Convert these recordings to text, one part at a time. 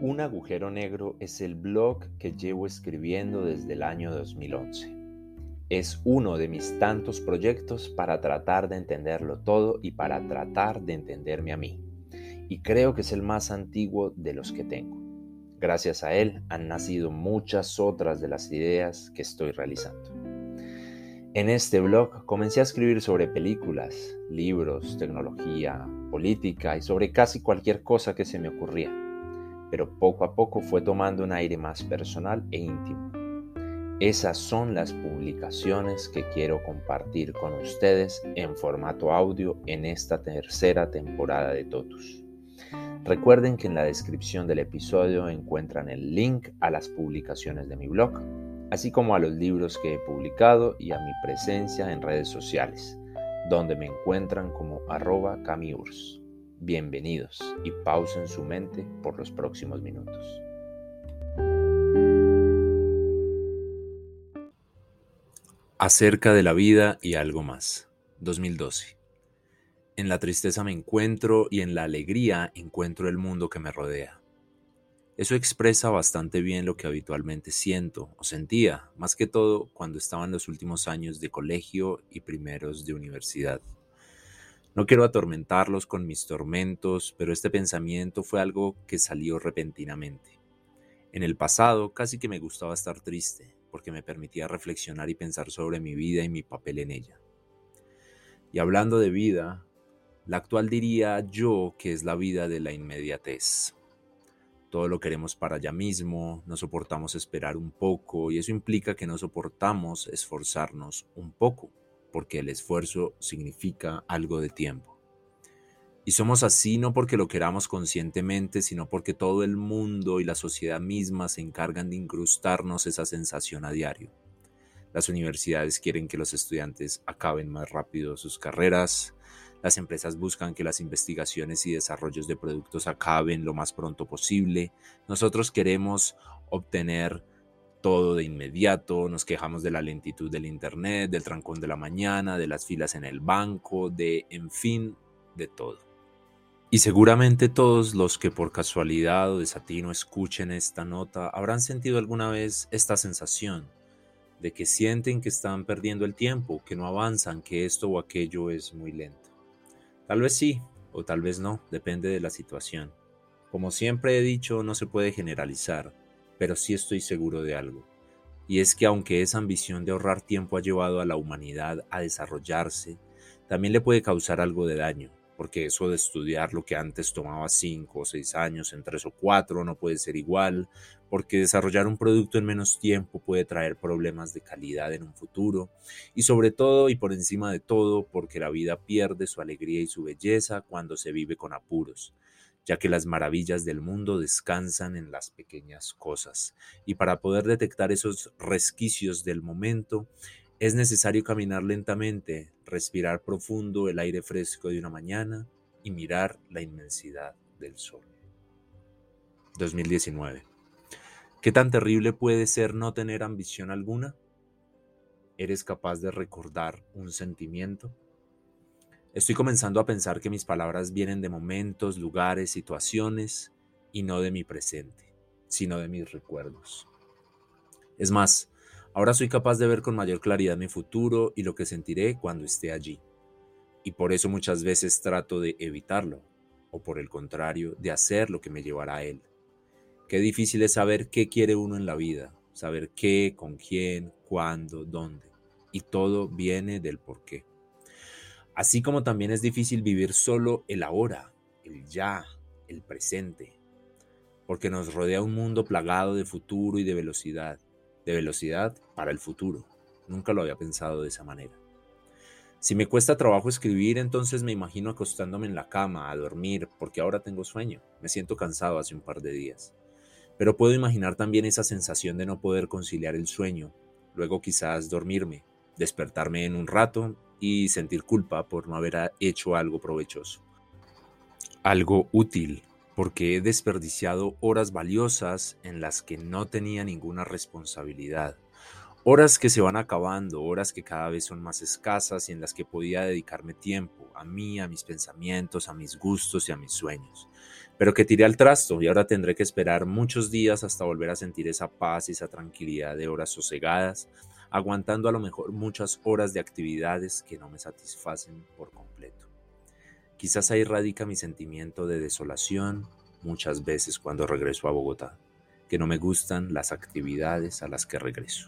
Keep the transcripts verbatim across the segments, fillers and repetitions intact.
Un agujero negro es el blog que llevo escribiendo desde el año dos mil once. Es uno de mis tantos proyectos para tratar de entenderlo todo y para tratar de entenderme a mí. Y creo que es el más antiguo de los que tengo. Gracias a él han nacido muchas otras de las ideas que estoy realizando. En este blog comencé a escribir sobre películas, libros, tecnología, política y sobre casi cualquier cosa que se me ocurría. Pero poco a poco fue tomando un aire más personal e íntimo. Esas son las publicaciones que quiero compartir con ustedes en formato audio en esta tercera temporada de Totus. Recuerden que en la descripción del episodio encuentran el link a las publicaciones de mi blog, así como a los libros que he publicado y a mi presencia en redes sociales, donde me encuentran como arroba camiurs. Bienvenidos y pausen su mente por los próximos minutos. Acerca de la vida y algo más. dos mil doce. En la tristeza me encuentro y en la alegría encuentro el mundo que me rodea. Eso expresa bastante bien lo que habitualmente siento o sentía, más que todo cuando estaba en los últimos años de colegio y primeros de universidad. No quiero atormentarlos con mis tormentos, pero este pensamiento fue algo que salió repentinamente. En el pasado casi que me gustaba estar triste, porque me permitía reflexionar y pensar sobre mi vida y mi papel en ella. Y hablando de vida, la actual diría yo que es la vida de la inmediatez. Todo lo queremos para allá mismo, no soportamos esperar un poco y eso implica que no soportamos esforzarnos un poco, porque el esfuerzo significa algo de tiempo. Y somos así no porque lo queramos conscientemente, sino porque todo el mundo y la sociedad misma se encargan de incrustarnos esa sensación a diario. Las universidades quieren que los estudiantes acaben más rápido sus carreras. Las empresas buscan que las investigaciones y desarrollos de productos acaben lo más pronto posible. Nosotros queremos obtener todo de inmediato, nos quejamos de la lentitud del internet, del trancón de la mañana, de las filas en el banco, de, en fin, de todo. Y seguramente todos los que por casualidad o desatino escuchen esta nota habrán sentido alguna vez esta sensación de que sienten que están perdiendo el tiempo, que no avanzan, que esto o aquello es muy lento. Tal vez sí, o tal vez no, depende de la situación. Como siempre he dicho, no se puede generalizar, pero sí estoy seguro de algo. Y es que aunque esa ambición de ahorrar tiempo ha llevado a la humanidad a desarrollarse, también le puede causar algo de daño, porque eso de estudiar lo que antes tomaba cinco o seis años en tres o cuatro no puede ser igual, porque desarrollar un producto en menos tiempo puede traer problemas de calidad en un futuro, y sobre todo y por encima de todo, porque la vida pierde su alegría y su belleza cuando se vive con apuros, ya que las maravillas del mundo descansan en las pequeñas cosas, y para poder detectar esos resquicios del momento, es necesario caminar lentamente, respirar profundo el aire fresco de una mañana y mirar la inmensidad del sol. dos mil diecinueve. ¿Qué tan terrible puede ser no tener ambición alguna? ¿Eres capaz de recordar un sentimiento? Estoy comenzando a pensar que mis palabras vienen de momentos, lugares, situaciones y no de mi presente, sino de mis recuerdos. Es más, ahora soy capaz de ver con mayor claridad mi futuro y lo que sentiré cuando esté allí. Y por eso muchas veces trato de evitarlo, o por el contrario, de hacer lo que me llevará a él. Qué difícil es saber qué quiere uno en la vida, saber qué, con quién, cuándo, dónde. Y todo viene del porqué. Así como también es difícil vivir solo el ahora, el ya, el presente. Porque nos rodea un mundo plagado de futuro y de velocidad. De velocidad para el futuro. Nunca lo había pensado de esa manera. Si me cuesta trabajo escribir, entonces me imagino acostándome en la cama a dormir, porque ahora tengo sueño. Me siento cansado hace un par de días. Pero puedo imaginar también esa sensación de no poder conciliar el sueño, luego quizás dormirme, despertarme en un rato y sentir culpa por no haber hecho algo provechoso. Algo útil, porque he desperdiciado horas valiosas en las que no tenía ninguna responsabilidad. Horas que se van acabando, horas que cada vez son más escasas y en las que podía dedicarme tiempo a mí, a mis pensamientos, a mis gustos y a mis sueños. Pero que tiré al trasto y ahora tendré que esperar muchos días hasta volver a sentir esa paz y esa tranquilidad de horas sosegadas, aguantando a lo mejor muchas horas de actividades que no me satisfacen por completo. Quizás ahí radica mi sentimiento de desolación muchas veces cuando regreso a Bogotá, que no me gustan las actividades a las que regreso.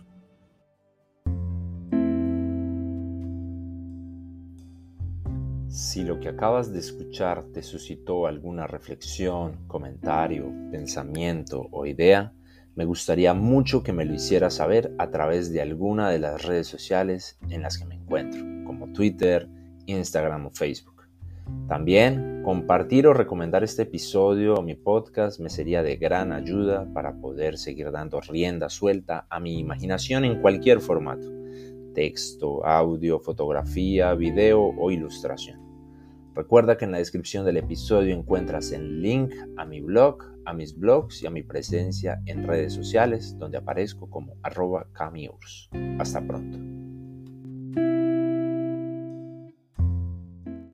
Si lo que acabas de escuchar te suscitó alguna reflexión, comentario, pensamiento o idea, me gustaría mucho que me lo hicieras saber a través de alguna de las redes sociales en las que me encuentro, como Twitter, Instagram o Facebook. También, compartir o recomendar este episodio o mi podcast me sería de gran ayuda para poder seguir dando rienda suelta a mi imaginación en cualquier formato: texto, audio, fotografía, video o ilustración. Recuerda que en la descripción del episodio encuentras el link a mi blog, a mis blogs y a mi presencia en redes sociales, donde aparezco como arroba camiurs. Hasta pronto.